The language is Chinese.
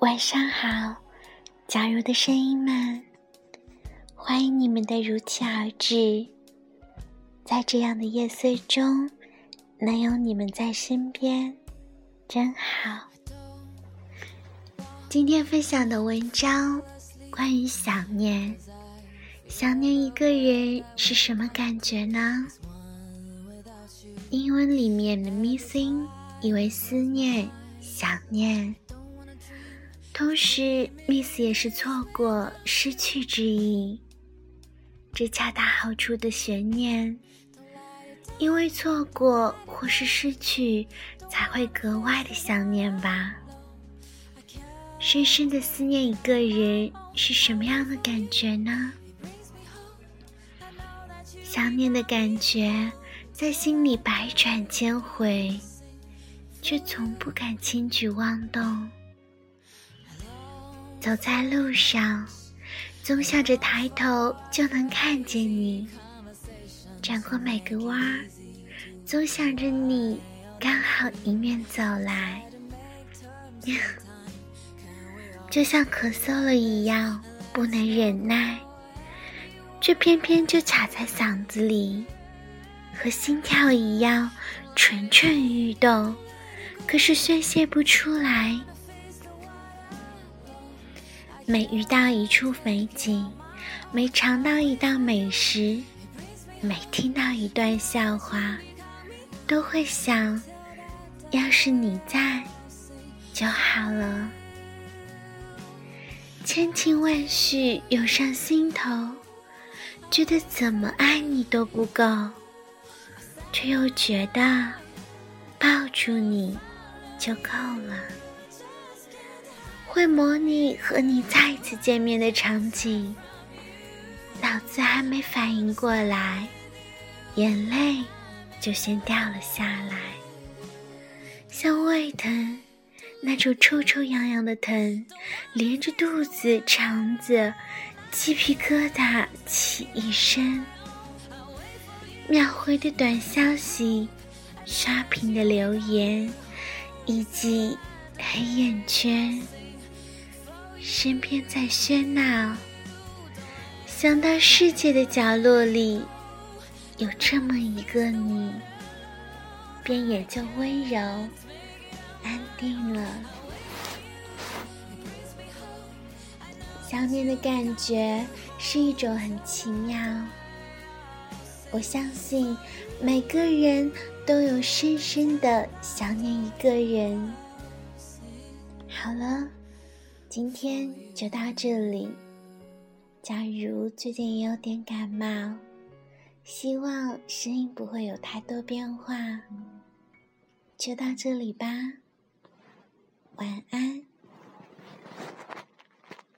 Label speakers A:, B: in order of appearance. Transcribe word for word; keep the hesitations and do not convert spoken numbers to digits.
A: 晚上好，矫揉的声音们，欢迎你们的如期而至。在这样的夜色中，能有你们在身边，真好。今天分享的文章关于想念。想念一个人是什么感觉呢？英文里面的 missing 意为思念、想念，同时 miss 也是错过、失去之意。这恰到好处的悬念，因为错过或是失去，才会格外的想念吧。深深的思念一个人是什么样的感觉呢？想念的感觉在心里百转千回，却从不敢轻举妄动。走在路上，总想着抬头就能看见你，转过每个弯儿，总想着你刚好迎面走来。就像咳嗽了一样，不能忍耐，却偏偏就卡在嗓子里，和心跳一样蠢蠢欲动，可是宣泄不出来。每遇到一处美景，每尝到一道美食，每听到一段笑话，都会想，要是你在就好了。千情万绪涌上心头，觉得怎么爱你都不够，却又觉得抱住你就够了。会模拟和你再一次见面的场景，脑子还没反应过来，眼泪就先掉了下来，像胃疼那种臭臭痒痒的疼，连着肚子、肠子，鸡皮疙瘩起一身。秒回的短消息，刷屏的留言，以及黑眼圈。身边在喧闹，想到世界的角落里有这么一个你，便也就温柔安定了。想念的感觉是一种很奇妙，我相信每个人都有深深的想念一个人。好了，今天就到这里。假如最近也有点感冒，希望声音不会有太多变化。就到这里吧，晚安。